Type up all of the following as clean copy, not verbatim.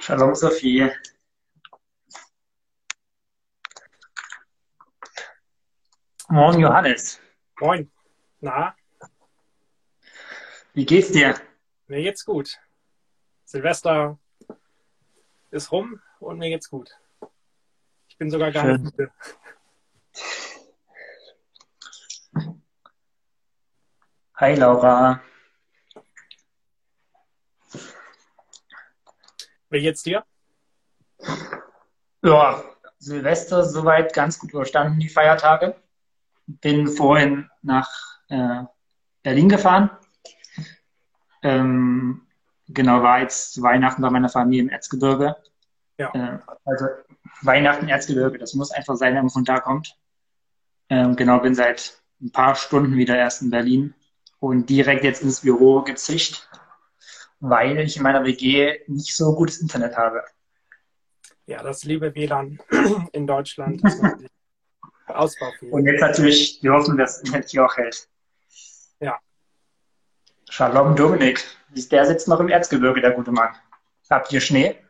Shalom Sophie. Morgen Johannes. Moin. Na, Wie geht's dir? mir geht's gut. Silvester ist rum und mir geht's gut. Ich bin sogar gar nicht Schön. müde. Hi Laura. Wie geht's dir? Ja, Silvester soweit ganz gut überstanden, die Feiertage. Bin vorhin nach Berlin gefahren. Ähm, genau, war jetzt zu Weihnachten bei meiner Familie im Erzgebirge. Ja, Also Weihnachten Erzgebirge, das muss einfach sein, wenn man von da kommt. Genau, bin seit ein paar Stunden wieder erst in Berlin und direkt jetzt ins Büro gezischt, weil ich in meiner WG nicht so gutes Internet habe. ja, das liebe WLAN in Deutschland ist natürlich Und ausbaufähig. jetzt natürlich die Hoffnung, dass das Internet hier auch hält. Ja, Shalom Dominik, der sitzt noch im Erzgebirge, der gute Mann. Habt ihr Schnee?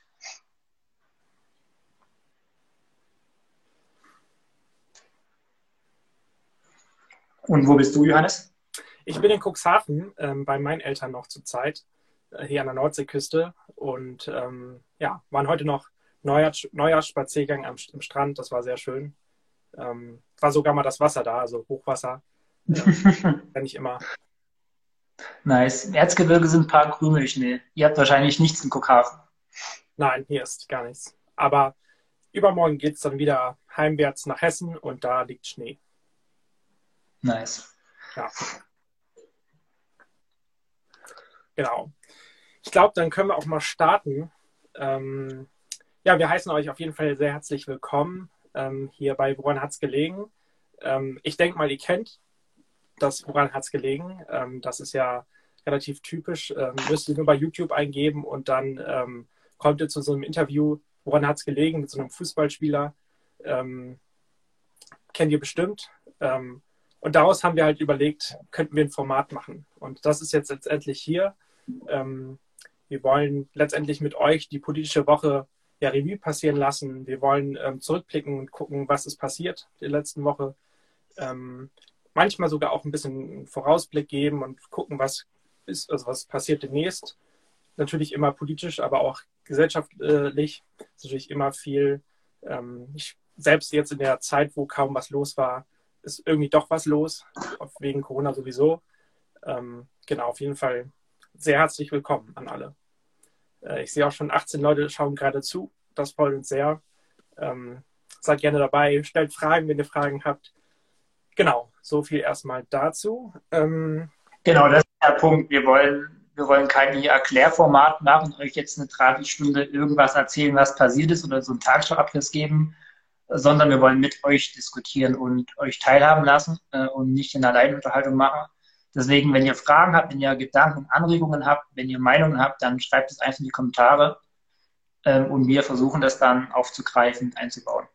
Und wo bist du, Johannes? ich bin in Cuxhaven bei meinen Eltern noch zur Zeit, hier an der Nordseeküste. Und ja, waren heute noch Neujahrsspaziergang im Strand. Das war sehr schön. War sogar mal das Wasser da, also Hochwasser. Ja, nicht immer. Nice. Im Erzgebirge sind ein paar Krümelschnee. Ihr habt wahrscheinlich nichts in Cuxhaven. Nein, hier ist gar nichts. Aber übermorgen geht es dann wieder heimwärts nach Hessen und da liegt Schnee. Nice. Ja, genau. Ich glaube, dann können wir auch mal starten. Ja, wir heißen euch auf jeden Fall sehr herzlich willkommen hier bei Woran hat's gelegen? Ich denke mal, ihr kennt das Woran hat's gelegen? Das ist ja relativ typisch. Müsst ihr nur bei YouTube eingeben und dann kommt ihr zu so einem Interview, Woran hat's gelegen, mit so einem Fußballspieler. Ähm, Kennt ihr bestimmt. Und daraus haben wir halt überlegt, könnten wir ein Format machen. Und das ist jetzt letztendlich hier. Ähm, Wir wollen letztendlich mit euch die politische Woche ja Revue passieren lassen. Wir wollen zurückblicken und gucken, was ist passiert in der letzten Woche. Ähm, Manchmal sogar auch ein bisschen einen Vorausblick geben und gucken, was ist, also was passiert demnächst. Natürlich immer politisch, aber auch gesellschaftlich. Ist natürlich immer viel. Selbst jetzt in der Zeit, wo kaum was los war, ist irgendwie doch was los, wegen Corona sowieso. Genau, auf jeden Fall sehr herzlich willkommen an alle. Ich sehe auch schon 18 Leute schauen gerade zu. Das freut uns sehr. Seid gerne dabei, stellt Fragen, wenn ihr Fragen habt. Genau, so viel erstmal dazu. Genau, das ist der Punkt. Wir wollen kein Erklärformat machen, euch jetzt eine Dreiviertelstunde irgendwas erzählen, was passiert ist oder so einen Tagesschauabriss geben, sondern wir wollen mit euch diskutieren und euch teilhaben lassen und nicht in Alleinunterhaltung machen. Deswegen, wenn ihr Fragen habt, wenn ihr Gedanken, Anregungen habt, wenn ihr Meinungen habt, dann schreibt es einfach in die Kommentare und wir versuchen das dann aufzugreifen und einzubauen.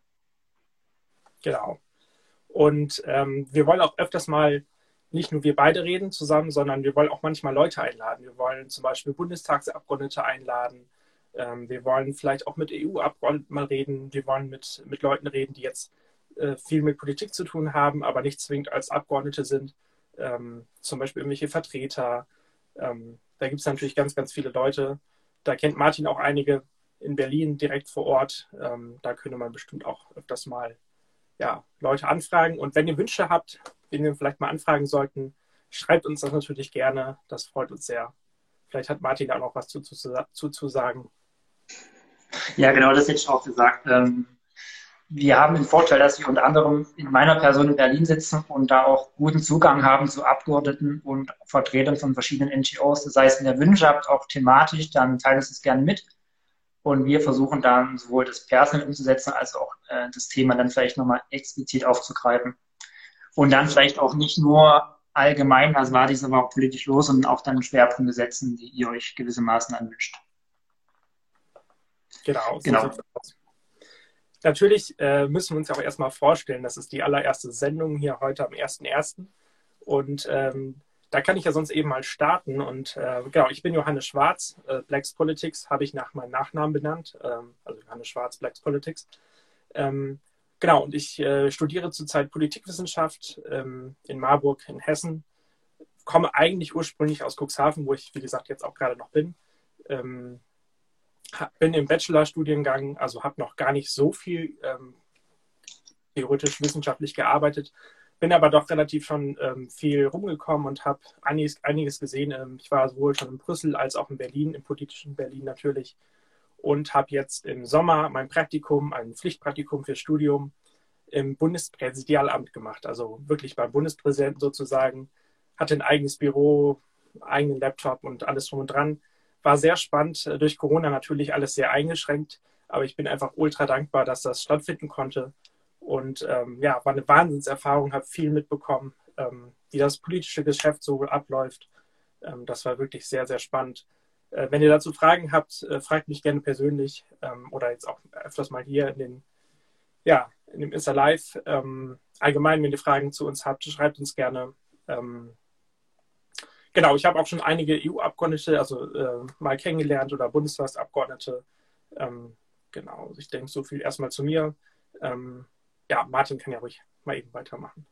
Genau. Und wir wollen auch öfters mal nicht nur wir beide reden zusammen, sondern wir wollen auch manchmal Leute einladen. Wir wollen zum Beispiel Bundestagsabgeordnete einladen. Wir wollen vielleicht auch mit EU-Abgeordneten mal reden. Wir wollen mit Leuten reden, die jetzt viel mit Politik zu tun haben, aber nicht zwingend als Abgeordnete sind. Zum Beispiel irgendwelche Vertreter. Da gibt es natürlich ganz, ganz viele Leute. Da kennt Martin auch einige in Berlin direkt vor Ort. Da könnte man bestimmt auch öfters mal ja, Leute anfragen. Und wenn ihr Wünsche habt, wen wir vielleicht mal anfragen sollten, schreibt uns das natürlich gerne. Das freut uns sehr. Vielleicht hat Martin da noch was zu sagen. Ja, genau, das hätte ich auch gesagt. Wir haben den Vorteil, dass wir unter anderem in meiner Person in Berlin sitzen und da auch guten Zugang haben zu Abgeordneten und Vertretern von verschiedenen NGOs. Das heißt, wenn ihr Wünsche habt, auch thematisch, dann teilt uns das gerne mit. Und wir versuchen dann sowohl das Personal umzusetzen, als auch das Thema dann vielleicht nochmal explizit aufzugreifen. Und dann vielleicht auch nicht nur allgemein, was war dies aber auch politisch los, sondern auch dann Schwerpunkte setzen, die ihr euch gewissermaßen anwünscht. Genau, so Genau. sieht es aus. Natürlich müssen wir uns ja auch erstmal vorstellen, das ist die allererste Sendung hier heute am 1.1. Und da kann ich ja sonst eben mal starten. Und genau, ich bin Johannes Schwarz. Blacks Politics habe ich nach meinem Nachnamen benannt. Also Johannes Schwarz, Blacks Politics. Genau, und ich studiere zurzeit Politikwissenschaft in Marburg in Hessen. Komme eigentlich ursprünglich aus Cuxhaven, wo ich, wie gesagt, jetzt auch gerade noch bin. Bin im Bachelorstudiengang, also habe noch gar nicht so viel theoretisch wissenschaftlich gearbeitet, bin aber doch relativ schon viel rumgekommen und habe einiges gesehen. Ich war sowohl schon in Brüssel als auch in Berlin, im politischen Berlin natürlich, und habe jetzt im Sommer mein Praktikum, ein Pflichtpraktikum für Studium im Bundespräsidialamt gemacht, also wirklich beim Bundespräsidenten sozusagen, hatte ein eigenes Büro, eigenen Laptop und alles drum und dran. War sehr spannend, durch Corona natürlich alles sehr eingeschränkt, aber ich bin einfach ultra dankbar, dass das stattfinden konnte. Und ja, war eine Wahnsinnserfahrung, habe viel mitbekommen, wie das politische Geschäft so abläuft. Das war wirklich sehr, sehr spannend. Wenn ihr dazu Fragen habt, fragt mich gerne persönlich oder jetzt auch öfters mal hier in dem Insta Live. Allgemein, wenn ihr Fragen zu uns habt, schreibt uns gerne. Genau, ich habe auch schon einige EU-Abgeordnete, also mal kennengelernt oder Bundestagsabgeordnete. Genau, ich denke, so viel erstmal zu mir. Ja, Martin kann ja ruhig mal eben weitermachen.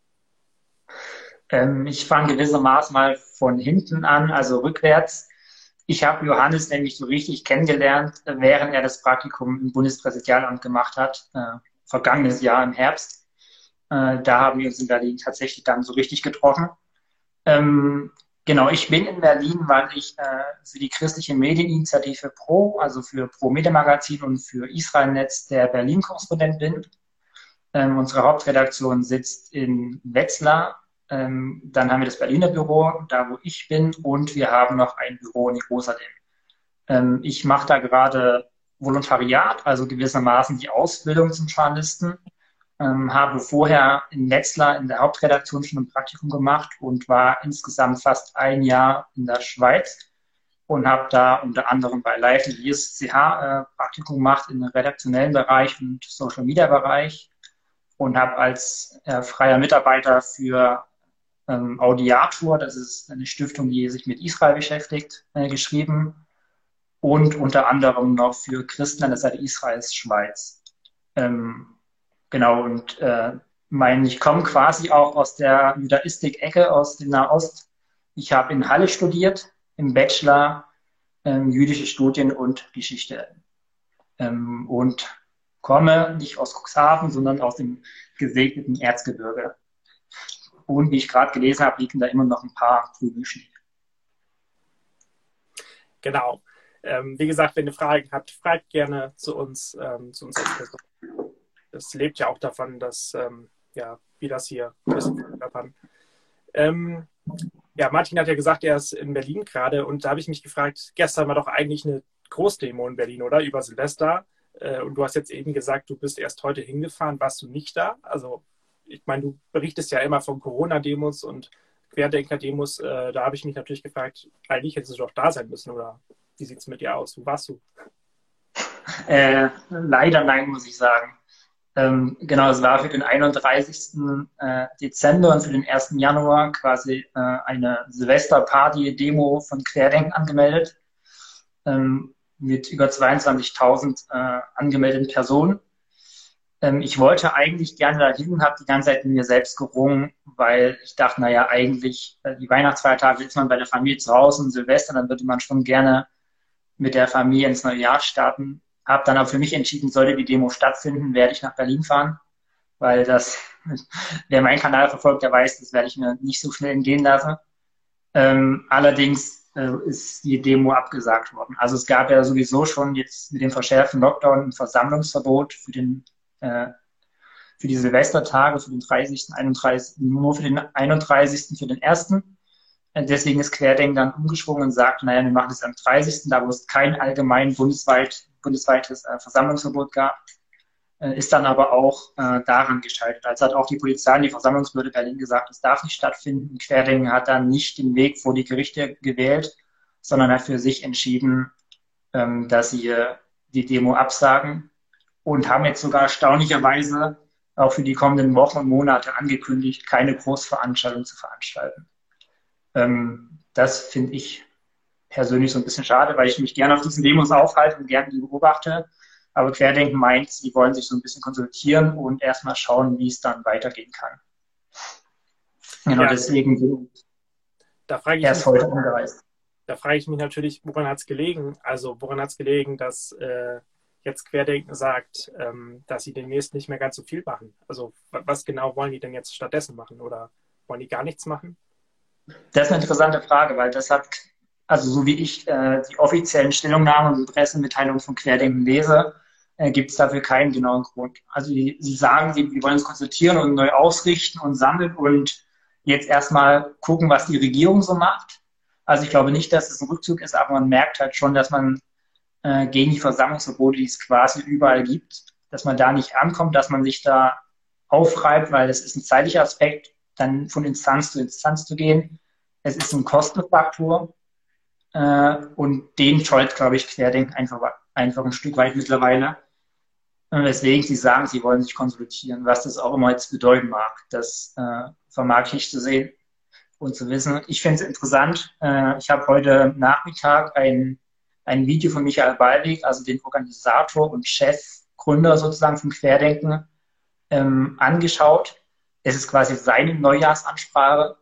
Ich fange gewissermaßen mal von hinten an, also rückwärts. Ich habe Johannes nämlich so richtig kennengelernt, während er das Praktikum im Bundespräsidialamt gemacht hat, vergangenes Jahr im Herbst. Da haben wir uns in Berlin tatsächlich dann so richtig getroffen. Genau, ich bin in Berlin, weil ich für die christliche Medieninitiative Pro, also für Pro Media Magazin und für Israel-Netz der Berlin-Korrespondent bin. Unsere Hauptredaktion sitzt in Wetzlar. Dann haben wir das Berliner Büro, da wo ich bin, und wir haben noch ein Büro in Jerusalem. Ich mache da gerade Volontariat, also gewissermaßen die Ausbildung zum Journalisten. Habe vorher in Wetzlar in der Hauptredaktion schon ein Praktikum gemacht und war insgesamt fast ein Jahr in der Schweiz und habe da unter anderem bei Live CH Praktikum gemacht im redaktionellen Bereich und Social Media Bereich und habe als freier Mitarbeiter für Audiatur, das ist eine Stiftung, die sich mit Israel beschäftigt, geschrieben und unter anderem noch für Christen an der Seite Israels Schweiz. Genau, und ich komme quasi auch aus der Judaistik-Ecke, aus dem Nahost. Ich habe in Halle studiert, im Bachelor jüdische Studien und Geschichte. Und komme nicht aus Cuxhaven, sondern aus dem gesegneten Erzgebirge. Und wie ich gerade gelesen habe, liegen da immer noch ein paar Krümel Schnee. Genau. Wie gesagt, wenn ihr Fragen habt, fragt gerne zu uns als Person. Das lebt ja auch davon, dass wir das hier ein bisschen verkörpern. Ja, Martin hat ja gesagt, er ist in Berlin gerade, und da habe ich mich gefragt, gestern war doch eigentlich eine Großdemo in Berlin, oder? Über Silvester. Und du hast jetzt eben gesagt, du bist erst heute hingefahren. Warst du nicht da? Also, ich meine, du berichtest ja immer von Corona-Demos und Querdenker-Demos. Da habe ich mich natürlich gefragt, eigentlich hättest du doch da sein müssen, oder wie sieht es mit dir aus? Wo warst du? Leider nein, muss ich sagen. Genau, es war für den 31. Dezember und für den 1. Januar quasi eine Silvesterparty-Demo von Querdenken angemeldet, mit über 22.000 angemeldeten Personen. Ich wollte eigentlich gerne dahin und habe die ganze Zeit mit mir selbst gerungen, weil ich dachte, naja, eigentlich die Weihnachtsfeiertage ist man bei der Familie zu Hause und Silvester, dann würde man schon gerne mit der Familie ins neue Jahr starten. Habe dann aber für mich entschieden, sollte die Demo stattfinden, werde ich nach Berlin fahren, weil wer meinen Kanal verfolgt, der weiß, das werde ich mir nicht so schnell entgehen lassen. Allerdings ist die Demo abgesagt worden. Also es gab ja sowieso schon jetzt mit dem verschärften Lockdown ein Versammlungsverbot für die Silvestertage, für den 30., 31., nur für den 31., für den 1. Deswegen ist Querdenken dann umgeschwungen und sagt, naja, wir machen das am 30., da wo es kein allgemein bundesweites Versammlungsverbot gab, ist dann aber auch daran gescheitert. Also hat auch die Polizei und die Versammlungsbehörde Berlin gesagt, es darf nicht stattfinden. Querdenken hat dann nicht den Weg vor die Gerichte gewählt, sondern hat für sich entschieden, dass sie die Demo absagen und haben jetzt sogar erstaunlicherweise auch für die kommenden Wochen und Monate angekündigt, keine Großveranstaltung zu veranstalten. Das finde ich persönlich so ein bisschen schade, weil ich mich gerne auf diesen Demos aufhalte und gerne die beobachte. Aber Querdenken meint, sie wollen sich so ein bisschen konsultieren und erstmal schauen, wie es dann weitergehen kann. Genau, Ja, deswegen bin ich da frage ich erst mich, heute angereist. da frage ich mich natürlich, woran hat es gelegen? Also woran hat es gelegen, dass jetzt Querdenken sagt, dass sie demnächst nicht mehr ganz so viel machen? Also was genau wollen die denn jetzt stattdessen machen? Oder wollen die gar nichts machen? Das ist eine interessante Frage, weil das hat, also so wie ich die offiziellen Stellungnahmen und Pressemitteilungen von Querdenken lese, gibt es dafür keinen genauen Grund. Also sie sagen, sie wollen uns konsultieren und neu ausrichten und sammeln und jetzt erstmal gucken, was die Regierung so macht. Also ich glaube nicht, dass es ein Rückzug ist, aber man merkt halt schon, dass man gegen die Versammlungsverbote, die es quasi überall gibt, dass man da nicht ankommt, dass man sich da aufreibt, weil es ist ein zeitlicher Aspekt, dann von Instanz zu Instanz zu gehen. Es ist ein Kostenfaktor und den scheut, glaube ich, Querdenken einfach ein Stück weit mittlerweile. Weswegen sie sagen, sie wollen sich konsolidieren, was das auch immer jetzt bedeuten mag. Das vermag ich nicht zu sehen und zu wissen. Ich finde es interessant. Ich habe heute Nachmittag ein Video von Michael Ballweg, also den Organisator und Chefgründer sozusagen von Querdenken, angeschaut. Es ist quasi seine Neujahrsansprache,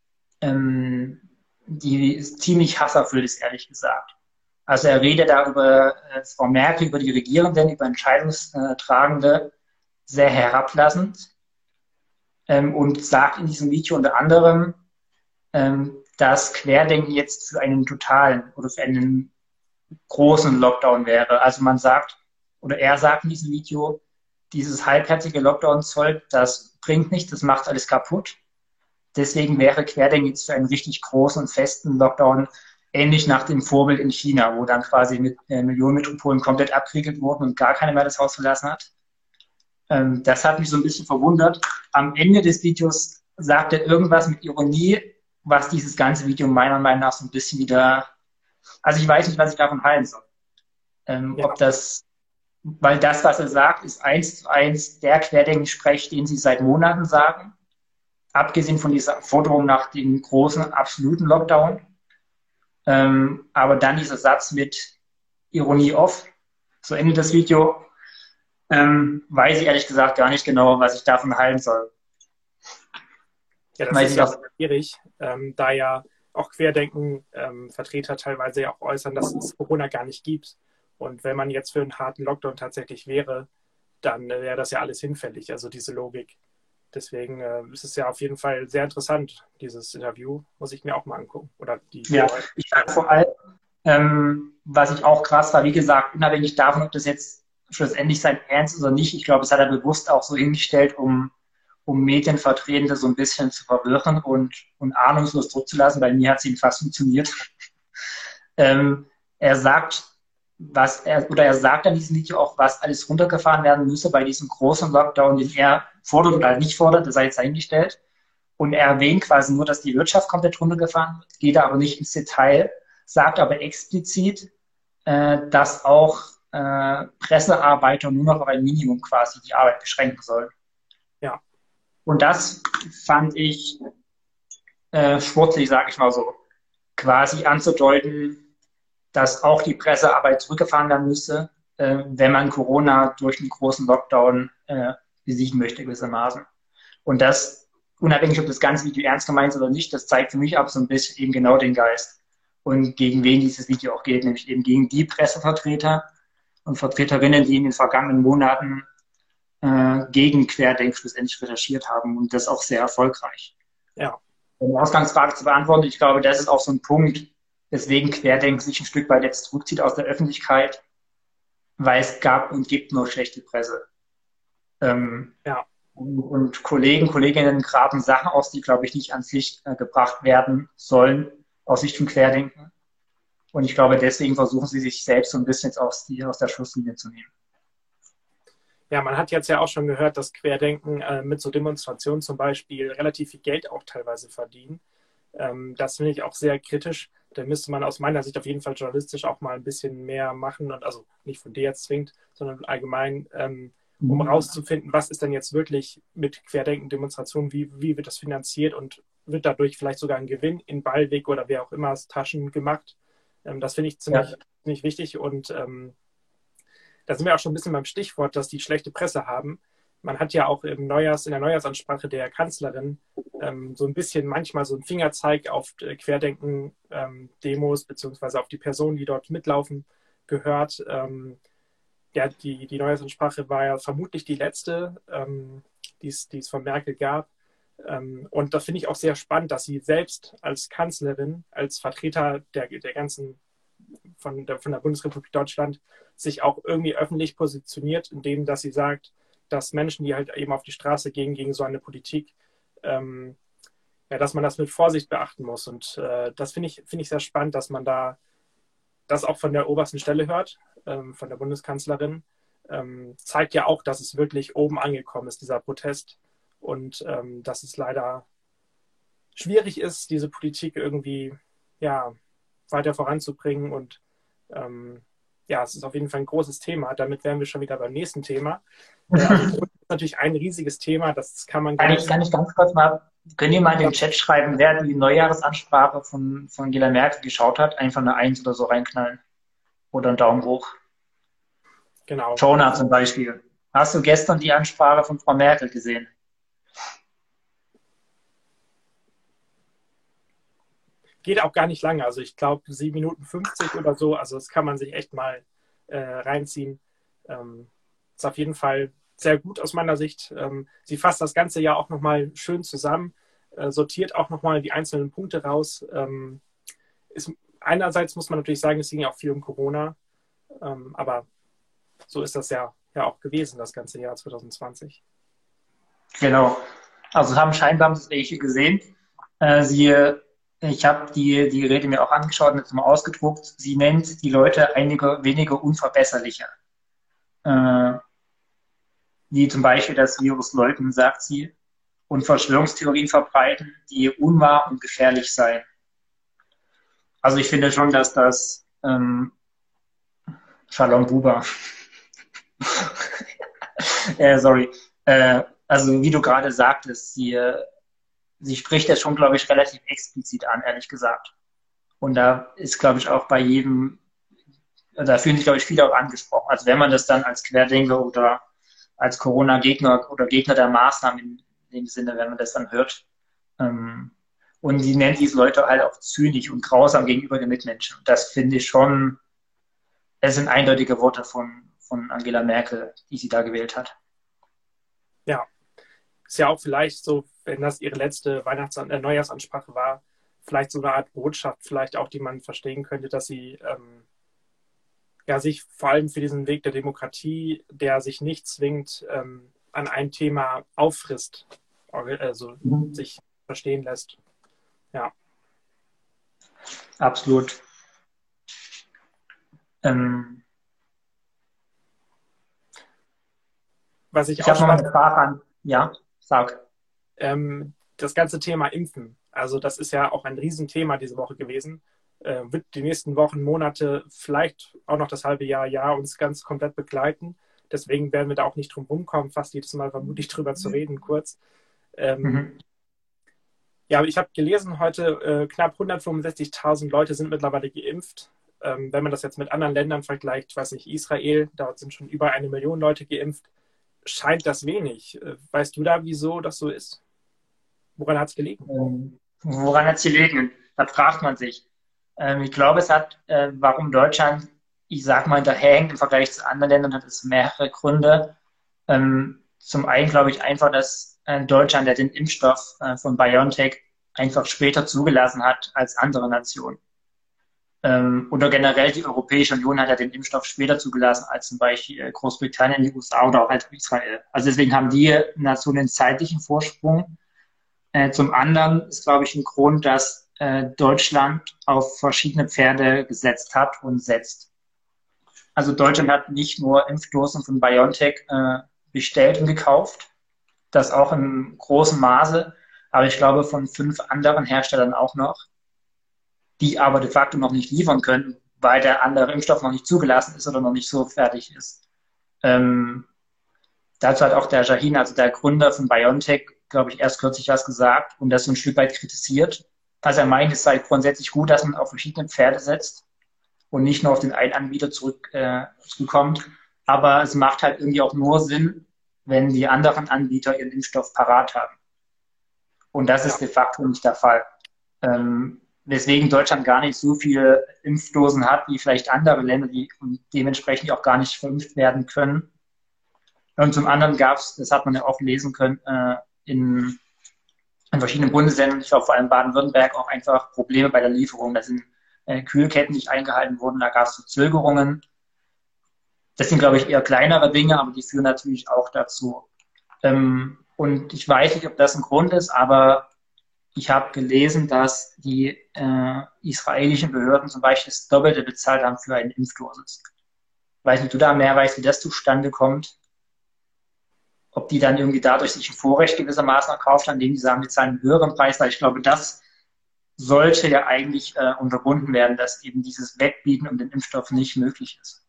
die ist ziemlich hasserfüllt ist, ehrlich gesagt. Also er redet da über Frau Merkel, über die Regierenden, über Entscheidungstragende sehr herablassend und sagt in diesem Video unter anderem, dass Querdenken jetzt für einen totalen oder für einen großen Lockdown wäre. Also man sagt, oder er sagt in diesem Video, dieses halbherzige Lockdown-Zeug, das bringt nichts, das macht alles kaputt. Deswegen wäre Querdenken jetzt für einen richtig großen und festen Lockdown ähnlich nach dem Vorbild in China, wo dann quasi mit Millionenmetropolen komplett abgeriegelt wurden und gar keiner mehr das Haus verlassen hat. Das hat mich so ein bisschen verwundert. Am Ende des Videos sagt er irgendwas mit Ironie, was dieses ganze Video meiner Meinung nach so ein bisschen wieder, also ich weiß nicht, was ich davon halten soll. Ja, Ob das, weil das, was er sagt, ist eins zu eins der Querdenken-Sprech, den sie seit Monaten sagen. Abgesehen von dieser Forderung nach dem großen, absoluten Lockdown. Aber dann dieser Satz mit Ironie off, so endet das Video, weiß ich ehrlich gesagt gar nicht genau, was ich davon halten soll. ja, das Weiß ist ich ja auch, schwierig, da ja auch Querdenken-Vertreter teilweise ja auch äußern, dass es Corona gar nicht gibt. Und wenn man jetzt für einen harten Lockdown tatsächlich wäre, dann wäre das ja alles hinfällig, also diese Logik. Deswegen ist es ja auf jeden Fall sehr interessant, dieses Interview. Muss ich mir auch mal angucken. Oder die ja, ich fand vor allem, was ich auch krass war, wie gesagt, unabhängig davon, ob das jetzt schlussendlich sein Ernst ist oder nicht, ich glaube, das hat er bewusst auch so hingestellt, um Medienvertretende so ein bisschen zu verwirren und ahnungslos zurückzulassen. Bei mir hat es ihm fast funktioniert. Er sagt, er sagt an diesem Video auch, was alles runtergefahren werden müsse bei diesem großen Lockdown, den er fordert oder nicht fordert, das sei jetzt eingestellt. Und er erwähnt quasi nur, dass die Wirtschaft komplett runtergefahren wird, geht aber nicht ins Detail, sagt aber explizit, dass auch Pressearbeiter nur noch auf ein Minimum quasi die Arbeit beschränken sollen. Ja, Und das fand ich schmutzig, sage ich mal so, quasi anzudeuten, dass auch die Pressearbeit zurückgefahren werden müsste, wenn man Corona durch einen großen Lockdown besiegen möchte gewissermaßen. Und das, unabhängig ob das ganze Video ernst gemeint ist oder nicht, das zeigt für mich auch so ein bisschen eben genau den Geist und gegen wen dieses Video auch geht, nämlich eben gegen die Pressevertreter und Vertreterinnen, die in den vergangenen Monaten gegen Querdenken schlussendlich recherchiert haben und das auch sehr erfolgreich. ja, Um die Ausgangsfrage zu beantworten, ich glaube, das ist auch so ein Punkt, weswegen Querdenken sich ein Stück weit jetzt zurückzieht aus der Öffentlichkeit, weil es gab und gibt nur schlechte Presse. ja. Und Kollegen, Kolleginnen graben Sachen aus, die, glaube ich, nicht ans Licht gebracht werden sollen, aus Sicht von Querdenken. Und ich glaube, deswegen versuchen sie sich selbst so ein bisschen jetzt aus der Schusslinie zu nehmen. Ja, man hat jetzt ja auch schon gehört, dass Querdenken mit so Demonstrationen zum Beispiel relativ viel Geld auch teilweise verdienen. Das finde ich auch sehr kritisch. Da müsste man aus meiner Sicht auf jeden Fall journalistisch auch mal ein bisschen mehr machen. Und also nicht von dir jetzt zwingend, sondern allgemein, um rauszufinden, was ist denn jetzt wirklich mit Querdenken-Demonstrationen, wie wird das finanziert und wird dadurch vielleicht sogar ein Gewinn in Ballweg oder wer auch immer Taschen gemacht. Das finde ich Ja. ziemlich wichtig und da sind wir auch schon ein bisschen beim Stichwort, dass die schlechte Presse haben. Man hat ja auch in der Neujahrsansprache der Kanzlerin so ein bisschen manchmal so einen Fingerzeig auf Querdenken-Demos beziehungsweise auf die Personen, die dort mitlaufen, gehört. Ja, die Neujahrsansprache war ja vermutlich die letzte, die es von Merkel gab. Und das finde ich auch sehr spannend, dass sie selbst als Kanzlerin, als Vertreter der ganzen von der Bundesrepublik Deutschland sich auch irgendwie öffentlich positioniert, indem dass sie sagt, dass Menschen, die halt eben auf die Straße gehen gegen so eine Politik, ja, dass man das mit Vorsicht beachten muss. Und das finde ich sehr spannend, dass man da das auch von der obersten Stelle hört, von der Bundeskanzlerin. Zeigt ja auch, dass es wirklich oben angekommen ist, dieser Protest. Und dass es leider schwierig ist, diese Politik irgendwie ja, weiter voranzubringen. Und ja, es ist auf jeden Fall ein großes Thema. Damit wären wir schon wieder beim nächsten Thema. Also das ist natürlich ein riesiges Thema, das kann man gar nicht. Kann ich ganz kurz mal, können ihr mal in den Chat schreiben, wer die Neujahrsansprache von Angela Merkel geschaut hat? Einfach eine Eins oder so reinknallen. Oder einen Daumen hoch. Genau. Jonah zum Beispiel. Hast du gestern die Ansprache von Frau Merkel gesehen? Geht auch gar nicht lange. Also ich glaube 7 Minuten 50 oder so. Also das kann man sich echt mal reinziehen. Ist auf jeden Fall sehr gut aus meiner Sicht. Sie fasst das Ganze ja auch nochmal schön zusammen, sortiert auch nochmal die einzelnen Punkte raus. Einerseits muss man natürlich sagen, es ging ja auch viel um Corona. Aber so ist das ja auch gewesen, das ganze Jahr 2020. Genau. Also scheinbar haben sie welche gesehen. Ich habe die Rede mir auch angeschaut und jetzt mal ausgedruckt. Sie nennt die Leute einige wenige unverbesserlicher. Wie zum Beispiel das Virus leugnen, sagt sie, und Verschwörungstheorien verbreiten, die unwahr und gefährlich seien. Also ich finde schon, dass das Shalom Buba. Sorry. Also wie du gerade sagtest, sie spricht das schon, glaube ich, relativ explizit an, ehrlich gesagt. Und da ist, glaube ich, auch bei jedem, da fühlen sich, glaube ich, viele auch angesprochen. Also wenn man das dann als Querdenker oder als Corona-Gegner oder Gegner der Maßnahmen in dem Sinne, wenn man das dann hört. Und sie nennt diese Leute halt auch zynisch und grausam gegenüber den Mitmenschen. Und das finde ich schon, es sind eindeutige Worte von Angela Merkel, die sie da gewählt hat. Ja, ist ja auch vielleicht so, wenn das ihre letzte Neujahrsansprache war, vielleicht so eine Art Botschaft, vielleicht auch, die man verstehen könnte, dass sie ja, sich vor allem für diesen Weg der Demokratie, der sich nicht zwingend an ein Thema auffrisst, also sich verstehen lässt. Ja. Absolut. Was ich habe noch eine Frage an. Ja, sag. Das ganze Thema Impfen. Also das ist ja auch ein Riesenthema diese Woche gewesen. Wird die nächsten Wochen, Monate, vielleicht auch noch das halbe Jahr uns ganz komplett begleiten. Deswegen werden wir da auch nicht drum rumkommen, fast jedes Mal vermutlich drüber zu reden, kurz. Ja, ich habe gelesen heute, knapp 165.000 Leute sind mittlerweile geimpft. Wenn man das jetzt mit anderen Ländern vergleicht, weiß nicht, Israel, dort sind schon über 1 Million Leute geimpft, scheint das wenig. Weißt du da, wieso das so ist? Woran hat es gelegen? Woran hat es gelegen? Da fragt man sich. Ich glaube, es hat, warum Deutschland, ich sag mal, hinterherhängt im Vergleich zu anderen Ländern, hat es mehrere Gründe. Zum einen glaube ich einfach, dass Deutschland ja den Impfstoff von BioNTech einfach später zugelassen hat als andere Nationen. Oder generell die Europäische Union hat ja den Impfstoff später zugelassen als zum Beispiel Großbritannien, die USA oder auch halt Israel. Also deswegen haben die Nationen einen zeitlichen Vorsprung. Zum anderen ist, glaube ich, ein Grund, dass Deutschland auf verschiedene Pferde gesetzt hat und setzt. Also Deutschland hat nicht nur Impfdosen von BioNTech bestellt und gekauft, das auch im großen Maße, aber ich glaube von 5 anderen Herstellern auch noch, die aber de facto noch nicht liefern können, weil der andere Impfstoff noch nicht zugelassen ist oder noch nicht so fertig ist. Dazu hat auch der Shahin, also der Gründer von BioNTech, glaube ich, erst kürzlich was gesagt und das so ein Stück weit kritisiert. Also er meint, es sei grundsätzlich gut, dass man auf verschiedene Pferde setzt und nicht nur auf den einen Anbieter zurückkommt. Aber es macht halt irgendwie auch nur Sinn, wenn die anderen Anbieter ihren Impfstoff parat haben. Und das ist Ja, de facto nicht der Fall. Weswegen Deutschland gar nicht so viele Impfdosen hat wie vielleicht andere Länder, die dementsprechend auch gar nicht verimpft werden können. Und zum anderen gab es, das hat man ja auch lesen können, in verschiedenen Bundesländern, ich glaube vor allem Baden-Württemberg, auch einfach Probleme bei der Lieferung. Da sind Kühlketten nicht eingehalten worden, da gab es Verzögerungen. Das sind, glaube ich, eher kleinere Dinge, aber die führen natürlich auch dazu. Und ich weiß nicht, ob das ein Grund ist, aber ich habe gelesen, dass die israelischen Behörden zum Beispiel das Doppelte bezahlt haben für eine Impfdosis. Weiß nicht, du da mehr weißt, wie das zustande kommt, ob die dann irgendwie dadurch sich ein Vorrecht gewissermaßen erkauft haben, indem die sagen, wir zahlen einen höheren Preis, weil ich glaube, das sollte ja eigentlich unterbunden werden, dass eben dieses Wegbieten um den Impfstoff nicht möglich ist.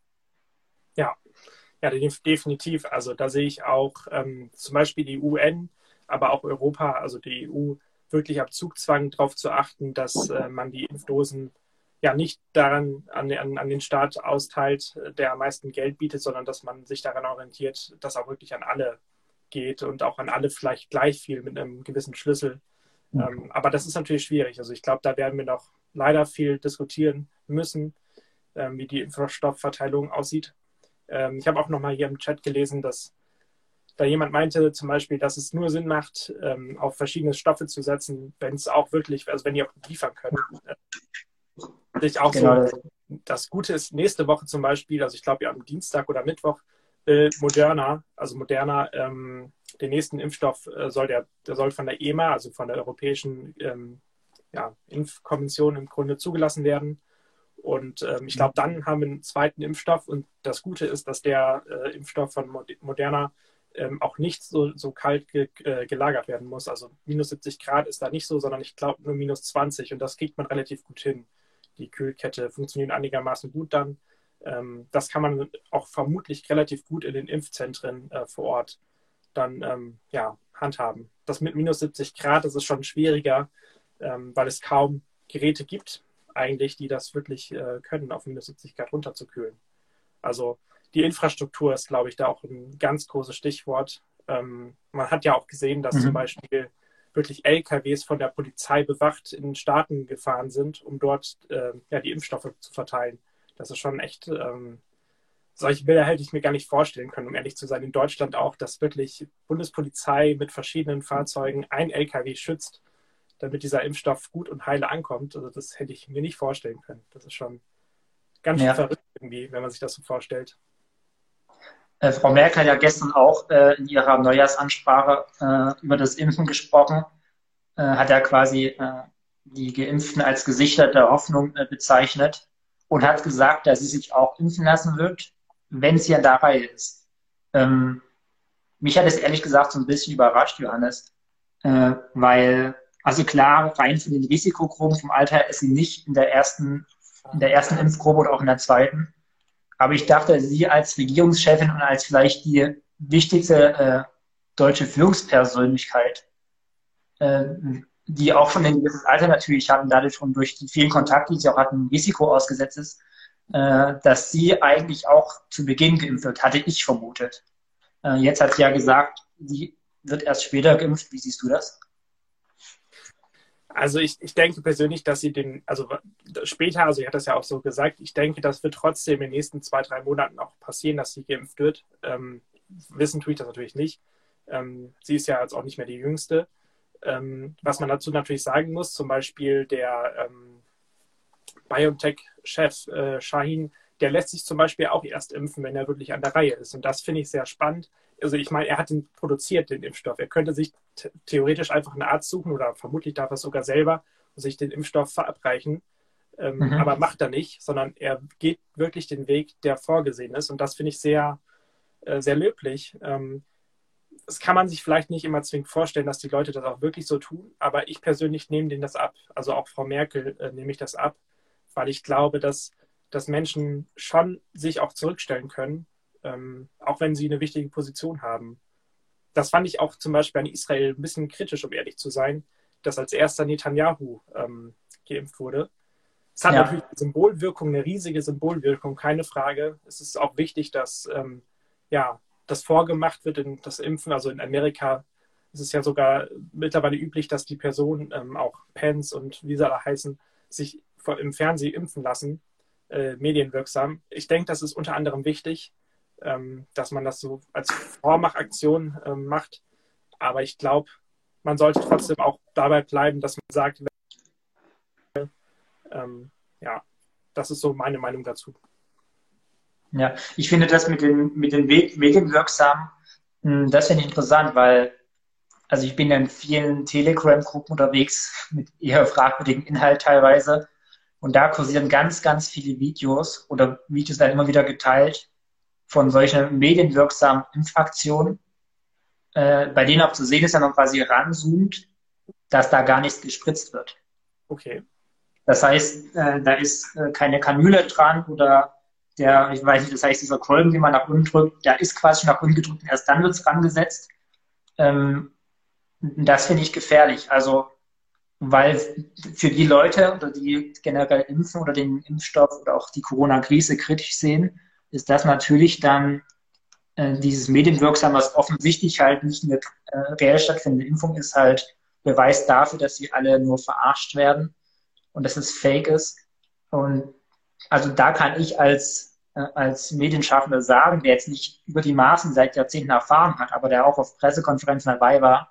ja, ja, definitiv. Also da sehe ich auch zum Beispiel die UN, aber auch Europa, also die EU, wirklich ab Zugzwang darauf zu achten, dass man die Impfdosen ja nicht daran an den Staat austeilt, der am meisten Geld bietet, sondern dass man sich daran orientiert, dass auch wirklich an alle geht und auch an alle vielleicht gleich viel mit einem gewissen Schlüssel. Aber das ist natürlich schwierig. Also ich glaube, da werden wir noch leider viel diskutieren müssen, wie die Impfstoffverteilung aussieht. Ich habe auch nochmal hier im Chat gelesen, dass da jemand meinte zum Beispiel, dass es nur Sinn macht, auf verschiedene Stoffe zu setzen, wenn es auch wirklich, also wenn die auch liefern können. Ich auch Genau. so, das Gute ist, nächste Woche zum Beispiel, also ich glaube ja am Dienstag oder Mittwoch, Moderna, den nächsten Impfstoff der soll von der EMA, also von der Europäischen Impfkommission im Grunde zugelassen werden. Und ich glaube, dann haben wir einen zweiten Impfstoff. Und das Gute ist, dass der Impfstoff von Moderna auch nicht so kalt gelagert werden muss. Also minus 70 Grad ist da nicht so, sondern ich glaube nur minus 20. Und das kriegt man relativ gut hin. Die Kühlkette funktioniert einigermaßen gut dann. Das kann man auch vermutlich relativ gut in den Impfzentren vor Ort dann handhaben. Das mit minus 70 Grad, das ist schon schwieriger, weil es kaum Geräte gibt, eigentlich, die das wirklich können, auf minus 70 Grad runterzukühlen. Also die Infrastruktur ist, glaube ich, da auch ein ganz großes Stichwort. Man hat ja auch gesehen, dass zum Beispiel wirklich LKWs von der Polizei bewacht in Staaten gefahren sind, um dort die Impfstoffe zu verteilen. Das ist schon echt, solche Bilder hätte ich mir gar nicht vorstellen können, um ehrlich zu sein. In Deutschland auch, dass wirklich Bundespolizei mit verschiedenen Fahrzeugen ein LKW schützt, damit dieser Impfstoff gut und heile ankommt. Also das hätte ich mir nicht vorstellen können. Das ist schon ganz schön verrückt irgendwie, wenn man sich das so vorstellt. Frau Merkel hat ja gestern auch in ihrer Neujahrsansprache über das Impfen gesprochen, hat ja quasi die Geimpften als Gesichter der Hoffnung bezeichnet und hat gesagt, dass sie sich auch impfen lassen wird, wenn sie an der Reihe ist. Mich hat es ehrlich gesagt so ein bisschen überrascht, Johannes, weil, also klar, rein von den Risikogruppen vom Alter ist sie nicht in der ersten Impfgruppe oder auch in der zweiten. Aber ich dachte, Sie als Regierungschefin und als vielleicht die wichtigste deutsche Führungspersönlichkeit, die auch schon ein gewisses Alter natürlich haben, dadurch schon durch die vielen Kontakte, die sie auch hatten, Risiko ausgesetzt ist, dass sie eigentlich auch zu Beginn geimpft wird, hatte ich vermutet. Jetzt hat sie ja gesagt, sie wird erst später geimpft. Wie siehst du das? Also ich denke persönlich, dass sie später, also ich hatte das ja auch so gesagt, ich denke, das wird trotzdem in den nächsten 2-3 Monaten auch passieren, dass sie geimpft wird. Wissen tue ich das natürlich nicht. Sie ist ja jetzt auch nicht mehr die Jüngste. Was man dazu natürlich sagen muss, zum Beispiel der BioNTech-Chef Shahin, der lässt sich zum Beispiel auch erst impfen, wenn er wirklich an der Reihe ist. Und das finde ich sehr spannend. Also ich meine, er hat ihn produziert, den Impfstoff. Er könnte sich theoretisch einfach einen Arzt suchen oder vermutlich darf er es sogar selber und sich den Impfstoff verabreichen. Aber macht er nicht, sondern er geht wirklich den Weg, der vorgesehen ist. Und das finde ich sehr, sehr löblich. Das kann man sich vielleicht nicht immer zwingend vorstellen, dass die Leute das auch wirklich so tun. Aber ich persönlich nehme denen das ab. Also auch Frau Merkel nehme ich das ab, weil ich glaube, dass Menschen schon sich auch zurückstellen können, auch wenn sie eine wichtige Position haben. das fand ich auch zum Beispiel an Israel ein bisschen kritisch, um ehrlich zu sein, dass als erster Netanyahu geimpft wurde. Es hat natürlich eine Symbolwirkung, eine riesige Symbolwirkung, keine Frage. Es ist auch wichtig, dass das vorgemacht wird, das Impfen. Also in Amerika ist es ja sogar mittlerweile üblich, dass die Personen, auch Pence und wie sie alle heißen, sich im Fernsehen impfen lassen, medienwirksam. Ich denke, das ist unter anderem wichtig, dass man das so als Vormachaktion macht. Aber ich glaube, man sollte trotzdem auch dabei bleiben, dass man sagt, das ist so meine Meinung dazu. Ja, ich finde das mit den medienwirksam, das finde ich interessant, weil also ich bin ja in vielen Telegram-Gruppen unterwegs mit eher fragwürdigem Inhalt teilweise und da kursieren ganz, ganz viele Videos oder Videos dann immer wieder geteilt von solchen medienwirksamen Impfaktionen, bei denen auch zu sehen ist, wenn man quasi ranzoomt, dass da gar nichts gespritzt wird. Okay. Das heißt, da ist keine Kanüle dran oder ich weiß nicht, das heißt, dieser Kolben, den man nach unten drückt, der ist quasi nach unten gedrückt und erst dann wird es rangesetzt. Das finde ich gefährlich. Also, weil für die Leute oder die generell impfen oder den Impfstoff oder auch die Corona-Krise kritisch sehen, ist das natürlich dann dieses Medienwirksam, was offensichtlich halt nicht eine reell stattfindende Impfung ist, halt Beweis dafür, dass sie alle nur verarscht werden und dass es fake ist. Und also da kann ich als Medienschaffender sagen, der jetzt nicht über die Maßen seit Jahrzehnten Erfahrung hat, aber der auch auf Pressekonferenzen dabei war,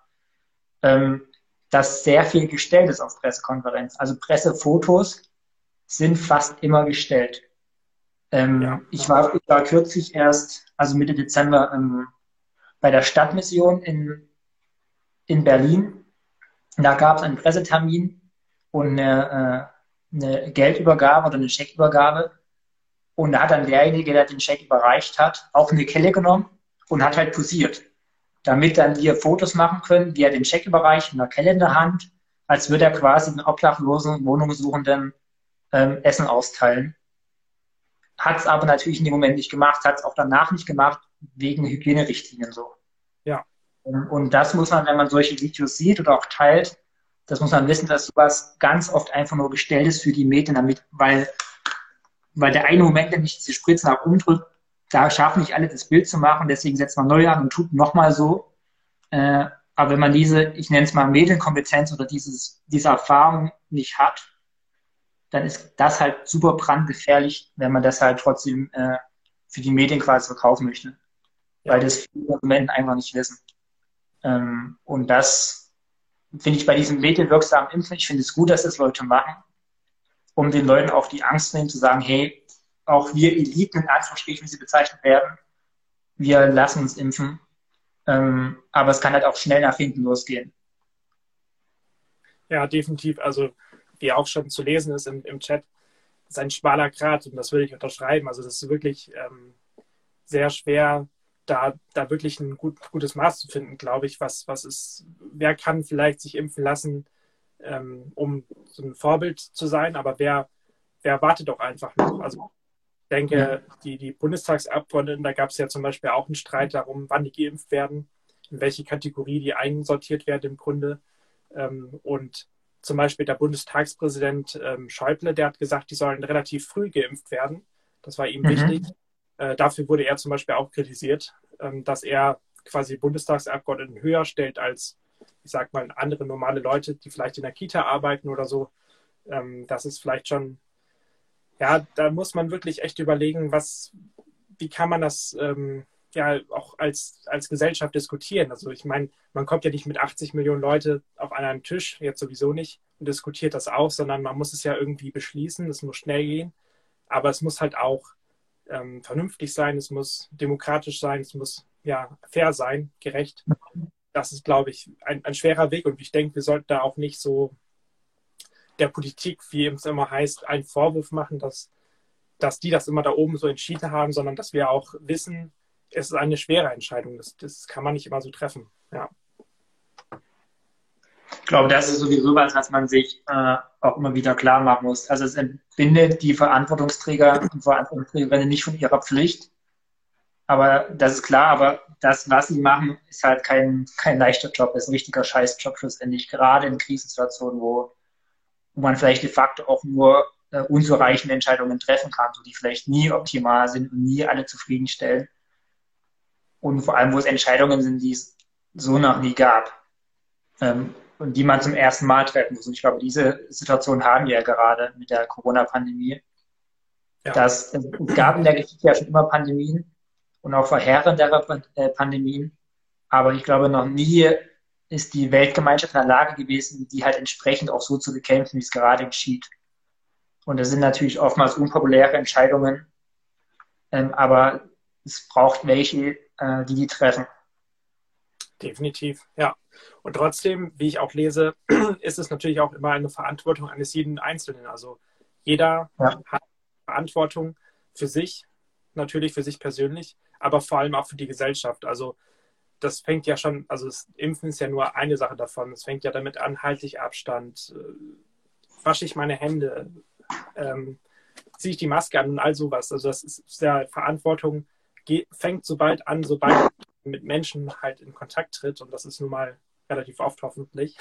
dass sehr viel gestellt ist auf Pressekonferenzen. Also Pressefotos sind fast immer gestellt. Ich war kürzlich erst, also Mitte Dezember, bei der Stadtmission in Berlin. Da gab es einen Pressetermin und eine Geldübergabe oder eine Scheckübergabe. Und da hat dann derjenige, der den Scheck überreicht hat, auch eine Kelle genommen und hat halt posiert, damit dann wir Fotos machen können, wie er den Scheck überreicht, mit einer Kelle in der Hand, als würde er quasi den obdachlosen, Wohnungssuchenden Essen austeilen. Hat es aber natürlich in dem Moment nicht gemacht, hat es auch danach nicht gemacht, wegen Hygienerichtlinien so. Ja. Und das muss man, wenn man solche Videos sieht oder auch teilt, das muss man wissen, dass sowas ganz oft einfach nur gestellt ist für die Medien, damit, weil der eine Moment, wenn ich diese Spritze nach oben drücke, da schaffen nicht alle das Bild zu machen, deswegen setzt man neu an und tut nochmal so. Aber wenn man ich nenne es mal Medienkompetenz oder diese Erfahrung nicht hat, dann ist das halt super brandgefährlich, wenn man das halt trotzdem für die Medien quasi verkaufen möchte. Ja. Weil das viele Konsumenten einfach nicht wissen. Und das finde ich bei diesem medienwirksamen Impfen, ich finde es gut, dass das Leute machen, um den Leuten auch die Angst zu nehmen, zu sagen, hey, auch wir Eliten, in Anführungsstrichen, wie sie bezeichnet werden, wir lassen uns impfen. Aber es kann halt auch schnell nach hinten losgehen. Ja, definitiv. Also, wie auch schon zu lesen ist im Chat, ist ein schmaler Grat und das würde ich unterschreiben. Also, das ist wirklich sehr schwer, da wirklich ein gutes Maß zu finden, glaube ich. Wer kann vielleicht sich impfen lassen, um so ein Vorbild zu sein, aber wer wartet doch einfach noch? Also, ich denke, die Bundestagsabgeordneten, da gab es ja zum Beispiel auch einen Streit darum, wann die geimpft werden, in welche Kategorie die einsortiert werden im Grunde. Und zum Beispiel der Bundestagspräsident Schäuble, der hat gesagt, die sollen relativ früh geimpft werden. Das war ihm wichtig. Dafür wurde er zum Beispiel auch kritisiert, dass er quasi Bundestagsabgeordneten höher stellt als, ich sag mal, andere normale Leute, die vielleicht in der Kita arbeiten oder so. Das ist vielleicht schon, ja, da muss man wirklich echt überlegen, wie kann man das auch als Gesellschaft diskutieren. Also ich meine, man kommt ja nicht mit 80 Millionen Leute auf einen Tisch, jetzt sowieso nicht, und diskutiert das auch, sondern man muss es ja irgendwie beschließen, es muss schnell gehen, aber es muss halt auch vernünftig sein, es muss demokratisch sein, es muss fair sein, gerecht. Das ist, glaube ich, ein schwerer Weg und ich denke, wir sollten da auch nicht so der Politik, wie es immer heißt, einen Vorwurf machen, dass die das immer da oben so entschieden haben, sondern dass wir auch wissen, es ist eine schwere Entscheidung. Das kann man nicht immer so treffen. Ja. Ich glaube, das ist sowieso was man sich auch immer wieder klar machen muss. Also es entbindet die Verantwortungsträger und Verantwortungsträgerinnen nicht von ihrer Pflicht. Aber das ist klar. Aber das, was sie machen, ist halt kein leichter Job, ist ein richtiger Scheißjob schlussendlich, gerade in Krisensituationen, wo man vielleicht de facto auch nur unzureichende Entscheidungen treffen kann, so die vielleicht nie optimal sind und nie alle zufriedenstellen. Und vor allem, wo es Entscheidungen sind, die es so noch nie gab und die man zum ersten Mal treffen muss. Und ich glaube, diese Situation haben wir ja gerade mit der Corona-Pandemie. Ja. Es gab in der Geschichte ja schon immer Pandemien und auch verheerendere Pandemien. Aber ich glaube, noch nie ist die Weltgemeinschaft in der Lage gewesen, die halt entsprechend auch so zu bekämpfen, wie es gerade geschieht. Und das sind natürlich oftmals unpopuläre Entscheidungen, aber es braucht welche, die treffen. Definitiv, ja. Und trotzdem, wie ich auch lese, ist es natürlich auch immer eine Verantwortung eines jeden Einzelnen. Also jeder hat Verantwortung für sich, natürlich für sich persönlich, aber vor allem auch für die Gesellschaft. Also das fängt ja schon, also das Impfen ist ja nur eine Sache davon. Es fängt ja damit an, halte ich Abstand, wasche ich meine Hände, ziehe ich die Maske an und all sowas. Also das ist ja Verantwortung, fängt sobald an, sobald man mit Menschen halt in Kontakt tritt. Und das ist nun mal relativ oft hoffentlich.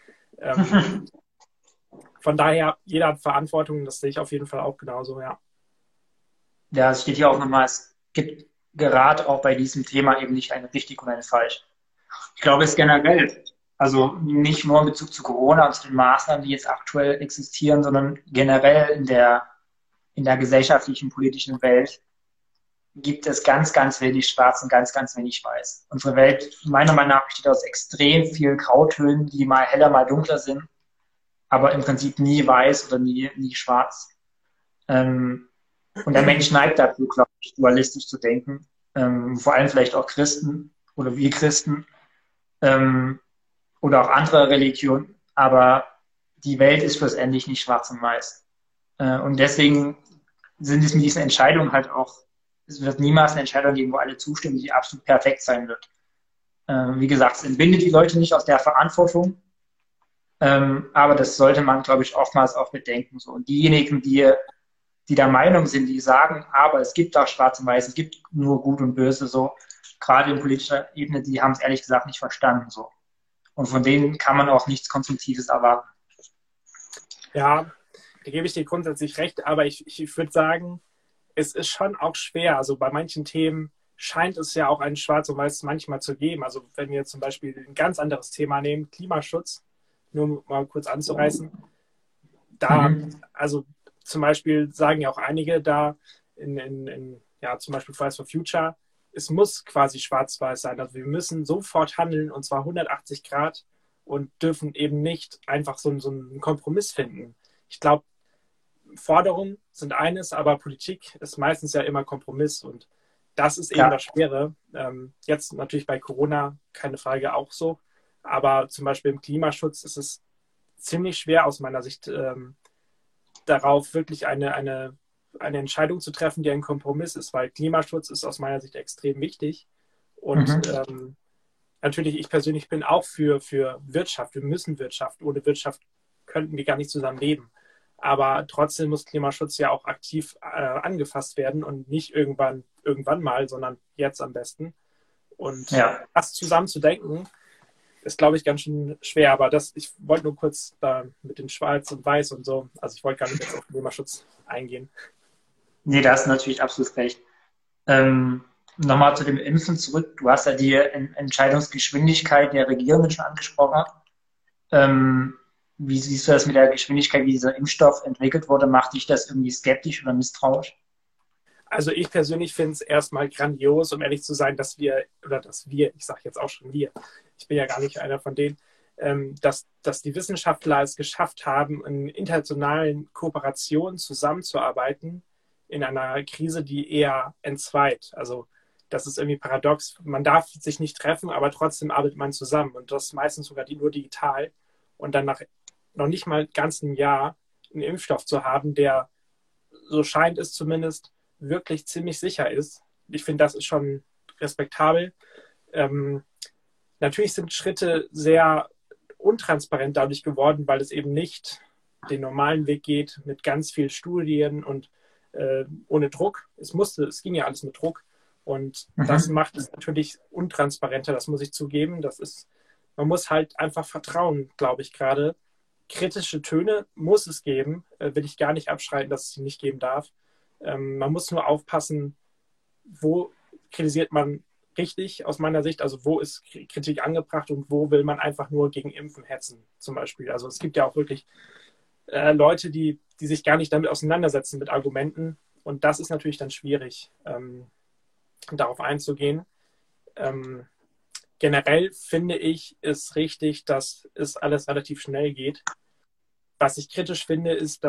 Von daher, jeder hat Verantwortung, das sehe ich auf jeden Fall auch genauso, ja. Ja, es steht hier auch nochmal, es gibt gerade auch bei diesem Thema eben nicht eine richtig und eine falsch. Ich glaube, es generell, also nicht nur in Bezug zu Corona und zu den Maßnahmen, die jetzt aktuell existieren, sondern generell in der gesellschaftlichen, politischen Welt gibt es ganz, ganz wenig Schwarz und ganz, ganz wenig Weiß. Unsere Welt, meiner Meinung nach, besteht aus extrem vielen Grautönen, die mal heller, mal dunkler sind, aber im Prinzip nie weiß oder nie schwarz. Und der Mensch neigt dazu, glaube ich, dualistisch zu denken. Vor allem vielleicht auch Christen oder wir Christen oder auch andere Religionen. Aber die Welt ist schlussendlich nicht schwarz und weiß. Und deswegen sind es mit diesen Entscheidungen halt auch, es wird niemals eine Entscheidung geben, wo alle zustimmen, die absolut perfekt sein wird. Wie gesagt, es entbindet die Leute nicht aus der Verantwortung. Aber das sollte man, glaube ich, oftmals auch bedenken. So. Und diejenigen, die der Meinung sind, die sagen, aber es gibt auch Schwarz und Weiß, es gibt nur Gut und Böse, so gerade in politischer Ebene, die haben es ehrlich gesagt nicht verstanden. So. Und von denen kann man auch nichts Konstruktives erwarten. Ja, da gebe ich dir grundsätzlich recht, aber ich würde sagen, es ist schon auch schwer. Also bei manchen Themen scheint es ja auch ein Schwarz und Weiß manchmal zu geben. Also wenn wir zum Beispiel ein ganz anderes Thema nehmen, Klimaschutz, nur mal kurz anzureißen, also zum Beispiel sagen ja auch einige da ja, zum Beispiel Fridays for Future, es muss quasi schwarz-weiß sein. Also wir müssen sofort handeln und zwar 180 Grad und dürfen eben nicht einfach so einen Kompromiss finden. Ich glaube, Forderungen sind eines, aber Politik ist meistens ja immer Kompromiss und das ist eben das Schwere. Jetzt natürlich bei Corona keine Frage auch so, aber zum Beispiel im Klimaschutz ist es ziemlich schwer aus meiner Sicht, darauf wirklich eine Entscheidung zu treffen, die ein Kompromiss ist, weil Klimaschutz ist aus meiner Sicht extrem wichtig. Und natürlich, ich persönlich bin auch für Wirtschaft. Wir müssen Wirtschaft. Ohne Wirtschaft könnten wir gar nicht zusammen leben. Aber trotzdem muss Klimaschutz ja auch aktiv angefasst werden und nicht irgendwann mal, sondern jetzt am besten. Und das zusammen zu denken, ist, glaube ich, ganz schön schwer. Aber ich wollte nur kurz da mit den Schwarz und Weiß und so, also ich wollte gar nicht jetzt auf Klimaschutz eingehen. Nee, da hast du natürlich absolut recht. Nochmal zu dem Impfen zurück. Du hast ja die Entscheidungsgeschwindigkeit der Regierenden schon angesprochen. Wie siehst du das mit der Geschwindigkeit, wie dieser Impfstoff entwickelt wurde? Macht dich das irgendwie skeptisch oder misstrauisch? Also ich persönlich finde es erstmal grandios, um ehrlich zu sein, ich sage jetzt auch schon wir, ich bin ja gar nicht einer von denen, dass die Wissenschaftler es geschafft haben, in internationalen Kooperationen zusammenzuarbeiten in einer Krise, die eher entzweit. Also das ist irgendwie paradox. Man darf sich nicht treffen, aber trotzdem arbeitet man zusammen und das meistens sogar nur digital und dann nach noch nicht mal ganz einem Jahr einen Impfstoff zu haben, der, so scheint es zumindest, wirklich ziemlich sicher ist. Ich finde, das ist schon respektabel. Natürlich sind Schritte sehr untransparent dadurch geworden, weil es eben nicht den normalen Weg geht mit ganz vielen Studien und ohne Druck. Es ging ja alles mit Druck. Und das macht es natürlich untransparenter, das muss ich zugeben. Man muss halt einfach vertrauen, glaube ich gerade. Kritische Töne muss es geben, will ich gar nicht abschreiten, dass es sie nicht geben darf. Man muss nur aufpassen, wo kritisiert man richtig aus meiner Sicht, also wo ist Kritik angebracht und wo will man einfach nur gegen Impfen hetzen zum Beispiel. Also es gibt ja auch wirklich Leute, die sich gar nicht damit auseinandersetzen mit Argumenten und das ist natürlich dann schwierig, darauf einzugehen. Generell finde ich es richtig, dass es alles relativ schnell geht. Was ich kritisch finde, ist,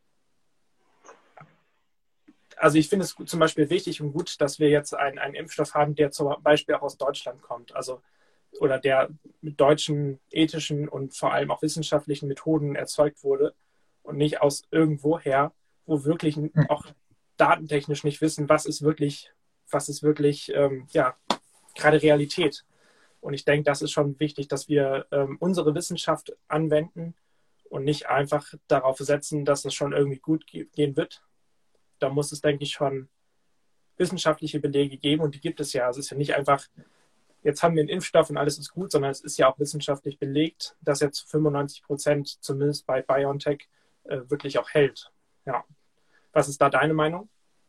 also ich finde es zum Beispiel wichtig und gut, dass wir jetzt einen Impfstoff haben, der zum Beispiel auch aus Deutschland kommt, also oder der mit deutschen ethischen und vor allem auch wissenschaftlichen Methoden erzeugt wurde und nicht aus irgendwoher, wo wirklich auch datentechnisch nicht wissen, was ist wirklich gerade Realität. Und ich denke, das ist schon wichtig, dass wir unsere Wissenschaft anwenden und nicht einfach darauf setzen, dass es schon irgendwie gut gehen wird. Da muss es, denke ich, schon wissenschaftliche Belege geben und die gibt es ja. Es ist ja nicht einfach, jetzt haben wir einen Impfstoff und alles ist gut, sondern es ist ja auch wissenschaftlich belegt, dass er zu 95%, zumindest bei BioNTech, wirklich auch hält. Ja. Was ist da deine Meinung?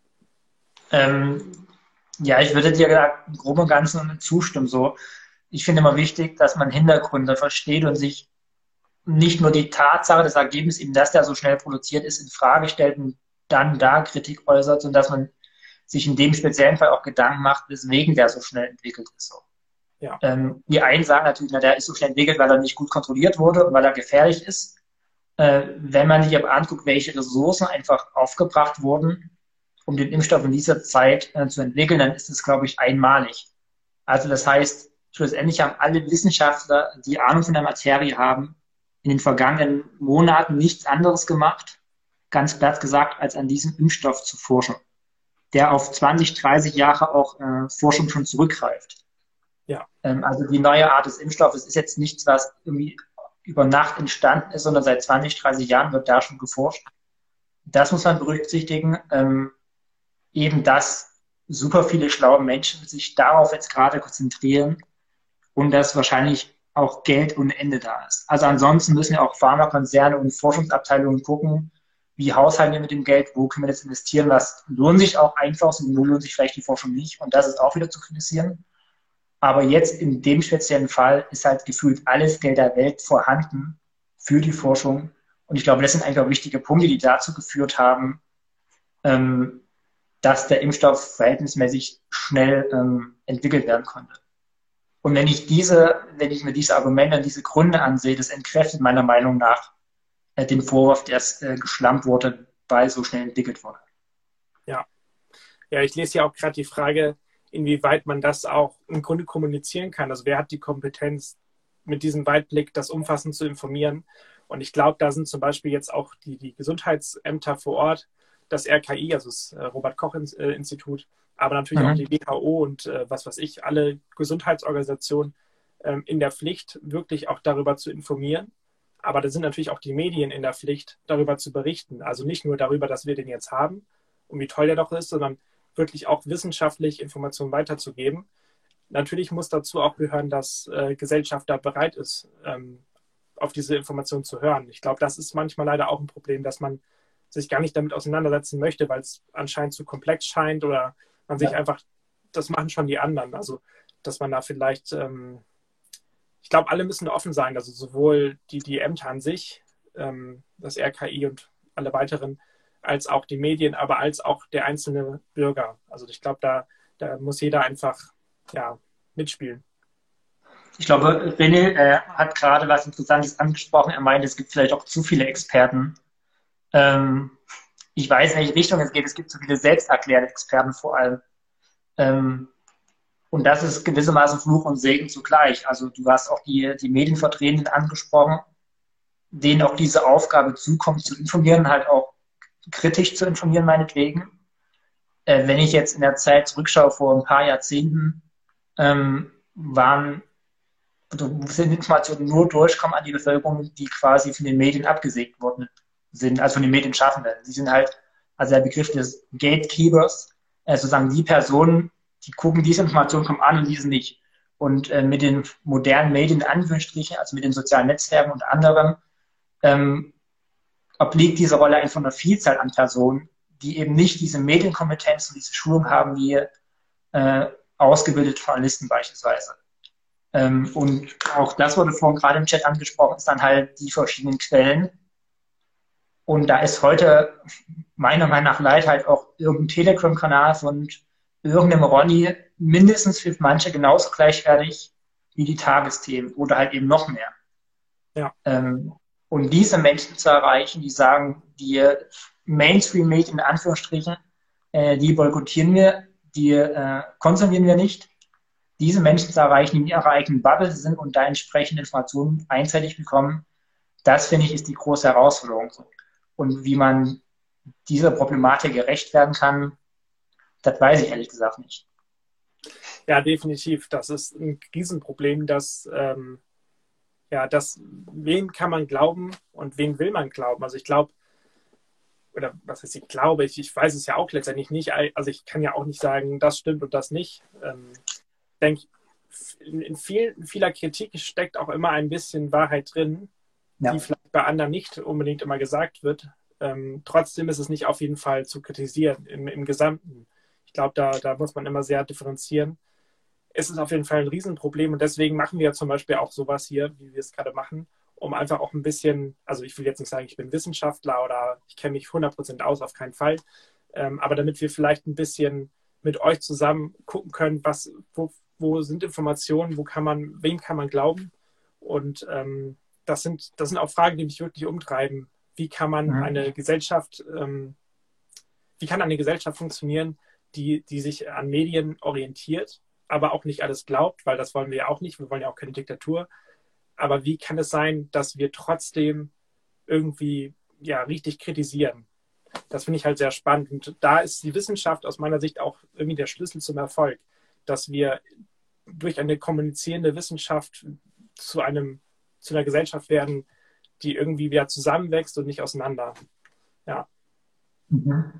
Ja, ich würde dir im Groben und Ganzen zustimmen. So, ich finde immer wichtig, dass man Hintergründe versteht und sich nicht nur die Tatsache, das Ergebnis, eben, dass der so schnell produziert ist, in Frage stellt und dann da Kritik äußert, sondern dass man sich in dem speziellen Fall auch Gedanken macht, weswegen der so schnell entwickelt ist. So. Ja. Die einen sagen natürlich, na, der ist so schnell entwickelt, weil er nicht gut kontrolliert wurde und weil er gefährlich ist. Wenn man sich aber anguckt, welche Ressourcen einfach aufgebracht wurden, um den Impfstoff in dieser Zeit zu entwickeln, dann ist es, glaube ich, einmalig. Also das heißt, schlussendlich haben alle Wissenschaftler, die Ahnung von der Materie haben, in den vergangenen Monaten nichts anderes gemacht, ganz platt gesagt, als an diesem Impfstoff zu forschen, der auf 20, 30 Jahre auch Forschung schon zurückgreift. Ja. Also die neue Art des Impfstoffes ist jetzt nichts, was irgendwie über Nacht entstanden ist, sondern seit 20, 30 Jahren wird da schon geforscht. Das muss man berücksichtigen. Eben, dass super viele schlaue Menschen sich darauf jetzt gerade konzentrieren und dass wahrscheinlich auch Geld ohne Ende da ist. Also ansonsten müssen ja auch Pharmakonzerne und Forschungsabteilungen gucken, wie haushalten wir mit dem Geld, wo können wir das investieren, was lohnt sich auch einfach und wo lohnt sich vielleicht die Forschung nicht. Und das ist auch wieder zu kritisieren. Aber jetzt in dem speziellen Fall ist halt gefühlt alles Geld der Welt vorhanden für die Forschung. Und ich glaube, das sind einfach wichtige Punkte, die dazu geführt haben, dass der Impfstoff verhältnismäßig schnell entwickelt werden konnte. Und wenn ich mir diese Argumente und diese Gründe ansehe, das entkräftet meiner Meinung nach den Vorwurf, dass geschlampt wurde, weil so schnell entwickelt wurde. Ja, ich lese ja auch gerade die Frage, inwieweit man das auch im Grunde kommunizieren kann. Also wer hat die Kompetenz, mit diesem Weitblick das umfassend zu informieren? Und ich glaube, da sind zum Beispiel jetzt auch die Gesundheitsämter vor Ort, das RKI, also das Robert-Koch-Institut, aber natürlich auch die WHO und was weiß ich, alle Gesundheitsorganisationen in der Pflicht, wirklich auch darüber zu informieren. Aber da sind natürlich auch die Medien in der Pflicht, darüber zu berichten. Also nicht nur darüber, dass wir den jetzt haben und wie toll der doch ist, sondern wirklich auch wissenschaftlich Informationen weiterzugeben. Natürlich muss dazu auch gehören, dass Gesellschaft da bereit ist, auf diese Informationen zu hören. Ich glaube, das ist manchmal leider auch ein Problem, dass man sich gar nicht damit auseinandersetzen möchte, weil es anscheinend zu komplex scheint oder man sich einfach, das machen schon die anderen. Also, dass man da vielleicht, ich glaube, alle müssen offen sein, also sowohl die Ämter an sich, das RKI und alle weiteren, als auch die Medien, aber als auch der einzelne Bürger. Also ich glaube, da muss jeder einfach mitspielen. Ich glaube, René hat gerade was Interessantes angesprochen. Er meint, es gibt vielleicht auch zu viele Experten. Ich weiß, in welche Richtung es geht. Es gibt zu viele selbsterklärende Experten vor allem. Und das ist gewissermaßen Fluch und Segen zugleich. Also du hast auch die Medienvertretenden angesprochen, denen auch diese Aufgabe zukommt, zu informieren, halt auch kritisch zu informieren, meinetwegen. Wenn ich jetzt in der Zeit zurückschaue, vor ein paar Jahrzehnten, sind Informationen nur durchkommen an die Bevölkerung, die quasi von den Medien abgesägt worden sind, also von den Medienschaffenden. Sie sind halt, also der Begriff des Gatekeepers, sozusagen die Personen, die gucken, diese Informationen kommen an und diese nicht. Und mit den modernen Medien, in Anführungsstrichen, also mit den sozialen Netzwerken und anderem, obliegt diese Rolle einfach einer Vielzahl an Personen, die eben nicht diese Medienkompetenz und diese Schulung haben wie ausgebildete Journalisten beispielsweise. Und auch das wurde vorhin gerade im Chat angesprochen, ist dann halt die verschiedenen Quellen. Und da ist heute meiner Meinung nach leider halt auch irgendein Telegram-Kanal von irgendeinem Ronny mindestens für manche genauso gleichwertig wie die Tagesthemen oder halt eben noch mehr. Ja. Und diese Menschen zu erreichen, die sagen, die Mainstream-Medien in Anführungsstrichen, die boykottieren wir, die konsumieren wir nicht. Diese Menschen zu erreichen, die in ihrer eigenen Bubble sind und da entsprechende Informationen einseitig bekommen, das finde ich ist die große Herausforderung. Und wie man dieser Problematik gerecht werden kann, das weiß ich ehrlich gesagt nicht. Ja, definitiv. Das ist ein Riesenproblem, dass wen kann man glauben und wen will man glauben? Also ich glaube, oder was heißt ich glaube, ich weiß es ja auch letztendlich nicht. Also ich kann ja auch nicht sagen, das stimmt und das nicht. Ich denke, in vieler Kritik steckt auch immer ein bisschen Wahrheit drin, die vielleicht bei anderen nicht unbedingt immer gesagt wird. Trotzdem ist es nicht auf jeden Fall zu kritisieren im Gesamten. Ich glaube, da muss man immer sehr differenzieren. Es ist auf jeden Fall ein Riesenproblem und deswegen machen wir zum Beispiel auch sowas hier, wie wir es gerade machen, um einfach auch ein bisschen, also ich will jetzt nicht sagen, ich bin Wissenschaftler oder ich kenne mich 100% aus, auf keinen Fall, aber damit wir vielleicht ein bisschen mit euch zusammen gucken können, wo sind Informationen, wem kann man glauben und das sind auch Fragen, die mich wirklich umtreiben. Wie kann man eine Gesellschaft funktionieren, die sich an Medien orientiert, aber auch nicht alles glaubt, weil das wollen wir ja auch nicht. Wir wollen ja auch keine Diktatur. Aber wie kann es sein, dass wir trotzdem irgendwie richtig kritisieren? Das finde ich halt sehr spannend. Und da ist die Wissenschaft aus meiner Sicht auch irgendwie der Schlüssel zum Erfolg, dass wir durch eine kommunizierende Wissenschaft zu einer Gesellschaft werden, die irgendwie wieder zusammenwächst und nicht auseinander. Ja. Mhm.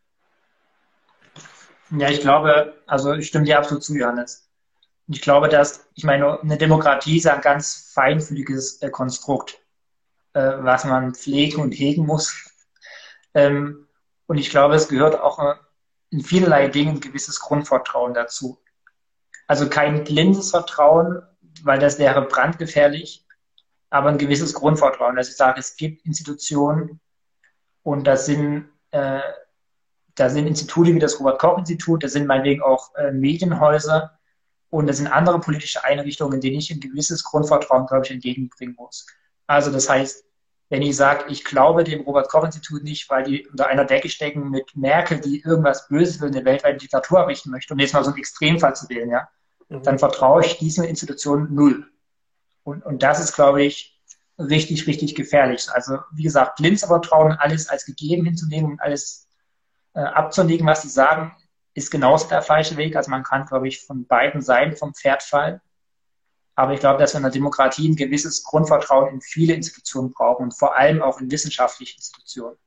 Ja, ich glaube, also ich stimme dir absolut zu, Johannes. Ich glaube, ich meine, eine Demokratie ist ein ganz feinfühliges Konstrukt, was man pflegen und hegen muss. Und ich glaube, es gehört auch in vielerlei Dingen ein gewisses Grundvertrauen dazu. Also kein blindes Vertrauen, weil das wäre brandgefährlich, aber ein gewisses Grundvertrauen, dass ich sage, es gibt Institutionen und da sind Institute wie das Robert-Koch-Institut, da sind meinetwegen auch Medienhäuser und da sind andere politische Einrichtungen, denen ich ein gewisses Grundvertrauen, glaube ich, entgegenbringen muss. Also das heißt, wenn ich sage, ich glaube dem Robert-Koch-Institut nicht, weil die unter einer Decke stecken mit Merkel, die irgendwas Böses will, eine weltweite Diktatur errichten möchte, um jetzt mal so einen Extremfall zu wählen, ja, dann vertraue ich diesen Institutionen null. Und das ist, glaube ich, richtig, richtig gefährlich. Also wie gesagt, blind zu vertrauen, alles als gegeben hinzunehmen und alles abzulegen, was sie sagen, ist genauso der falsche Weg. Also man kann, glaube ich, von beiden Seiten vom Pferd fallen. Aber ich glaube, dass wir in der Demokratie ein gewisses Grundvertrauen in viele Institutionen brauchen und vor allem auch in wissenschaftliche Institutionen.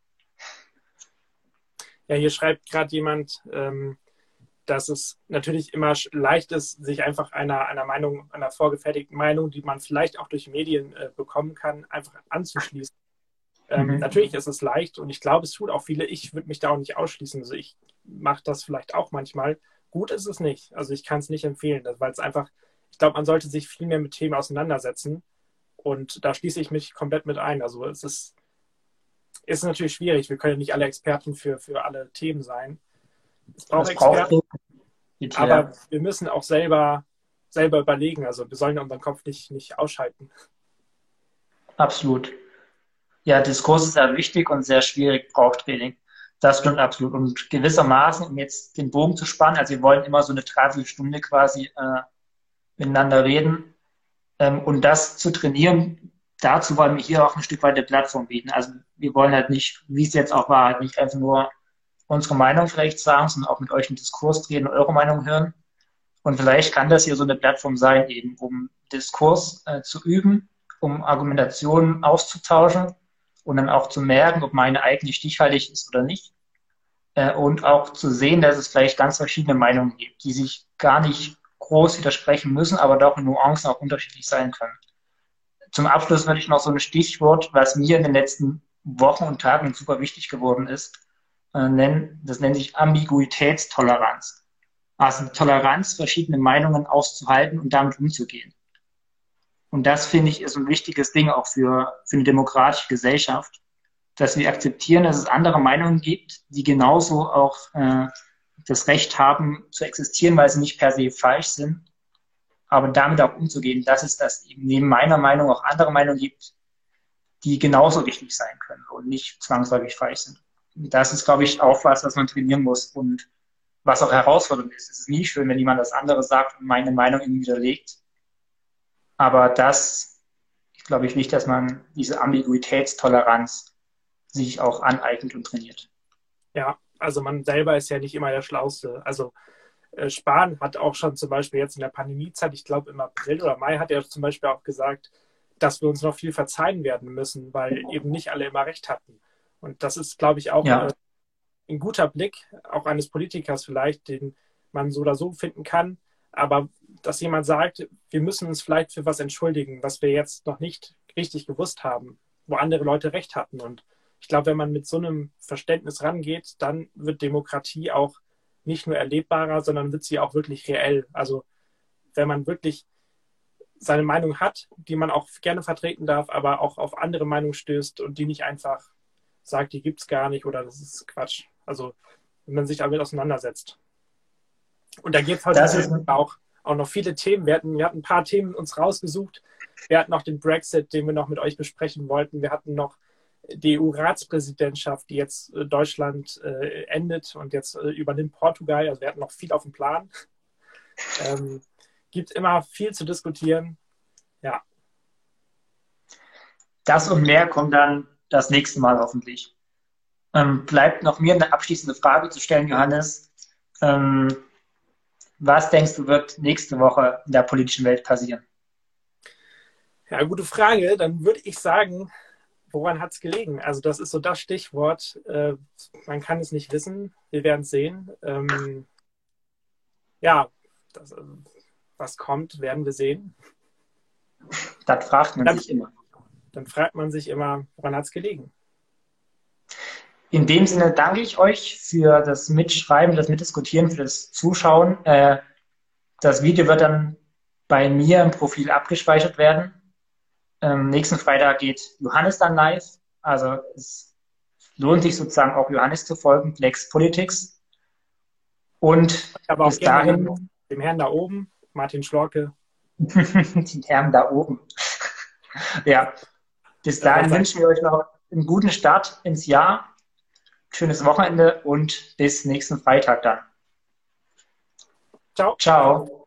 Ja, hier schreibt gerade jemand, dass es natürlich immer leicht ist, sich einfach einer vorgefertigten Meinung, die man vielleicht auch durch Medien bekommen kann, einfach anzuschließen. Natürlich ist es leicht und ich glaube, es tut auch viele. Ich würde mich da auch nicht ausschließen. Also ich mache das vielleicht auch manchmal. Gut ist es nicht. Also ich kann es nicht empfehlen, weil es einfach, ich glaube, man sollte sich viel mehr mit Themen auseinandersetzen und da schließe ich mich komplett mit ein. Also es ist natürlich schwierig. Wir können ja nicht alle Experten für alle Themen sein. Es braucht Experten, aber wir müssen auch selber überlegen. Also wir sollen unseren Kopf nicht ausschalten. Absolut. Ja, Diskurs ist sehr wichtig und sehr schwierig, braucht Training. Das stimmt absolut. Und gewissermaßen, um jetzt den Bogen zu spannen, also wir wollen immer so eine Dreiviertelstunde quasi miteinander reden. Und das zu trainieren, dazu wollen wir hier auch ein Stück weit eine Plattform bieten. Also wir wollen halt nicht, wie es jetzt auch war, halt nicht einfach nur unsere Meinung vielleicht sagen, sondern auch mit euch einen Diskurs drehen und eure Meinung hören. Und vielleicht kann das hier so eine Plattform sein, eben um Diskurs zu üben, um Argumentationen auszutauschen und dann auch zu merken, ob meine eigene stichhaltig ist oder nicht. und auch zu sehen, dass es vielleicht ganz verschiedene Meinungen gibt, die sich gar nicht groß widersprechen müssen, aber doch in Nuancen auch unterschiedlich sein können. Zum Abschluss würde ich noch so ein Stichwort, was mir in den letzten Wochen und Tagen super wichtig geworden ist, nennen. Das nennt sich Ambiguitätstoleranz. Also Toleranz, verschiedene Meinungen auszuhalten und damit umzugehen. Und das, finde ich, ist ein wichtiges Ding auch für eine demokratische Gesellschaft, dass wir akzeptieren, dass es andere Meinungen gibt, die genauso auch das Recht haben zu existieren, weil sie nicht per se falsch sind, aber damit auch umzugehen, dass es das eben neben meiner Meinung auch andere Meinungen gibt, die genauso richtig sein können und nicht zwangsläufig falsch sind. Und das ist, glaube ich, auch was man trainieren muss und was auch herausfordernd ist. Es ist nie schön, wenn jemand das andere sagt und meine Meinung irgendwie widerlegt. Aber das ist, glaube ich, wichtig, dass man diese Ambiguitätstoleranz sich auch aneignet und trainiert. Ja, also man selber ist ja nicht immer der Schlauste. Also Spahn hat auch schon zum Beispiel jetzt in der Pandemiezeit, ich glaube im April oder Mai, hat er zum Beispiel auch gesagt, dass wir uns noch viel verzeihen werden müssen, weil eben nicht alle immer recht hatten. Und das ist, glaube ich, auch ein guter Blick, auch eines Politikers vielleicht, den man so oder so finden kann. Aber dass jemand sagt, wir müssen uns vielleicht für was entschuldigen, was wir jetzt noch nicht richtig gewusst haben, wo andere Leute recht hatten. Und ich glaube, wenn man mit so einem Verständnis rangeht, dann wird Demokratie auch nicht nur erlebbarer, sondern wird sie auch wirklich reell. Also wenn man wirklich seine Meinung hat, die man auch gerne vertreten darf, aber auch auf andere Meinungen stößt und die nicht einfach sagt, die gibt es gar nicht oder das ist Quatsch. Also wenn man sich damit auseinandersetzt. Und da gibt es heute auch noch viele Themen. Wir hatten ein paar Themen uns rausgesucht. Wir hatten noch den Brexit, den wir noch mit euch besprechen wollten. Wir hatten noch die EU-Ratspräsidentschaft, die jetzt Deutschland endet und jetzt übernimmt Portugal. Also wir hatten noch viel auf dem Plan. Gibt immer viel zu diskutieren. Ja. Das und mehr kommt dann das nächste Mal hoffentlich. Bleibt noch mir eine abschließende Frage zu stellen, Johannes. Was denkst du, wird nächste Woche in der politischen Welt passieren? Ja, gute Frage. Dann würde ich sagen, woran hat es gelegen? Also das ist so das Stichwort. Man kann es nicht wissen. Wir werden es sehen. Was kommt, werden wir sehen. Das fragt man sich immer. Dann fragt man sich immer, woran hat es gelegen? In dem Sinne danke ich euch für das Mitschreiben, das Mitdiskutieren, für das Zuschauen. Das Video wird dann bei mir im Profil abgespeichert werden. Nächsten Freitag geht Johannes dann live. Also es lohnt sich sozusagen auch Johannes zu folgen, Flex Politics. Und aber bis dahin dem Herrn da oben, Martin Schlorke. Den Herrn da oben. Ja, bis dahin wünschen wir euch noch einen guten Start ins Jahr. Schönes Wochenende und bis nächsten Freitag dann. Ciao. Ciao.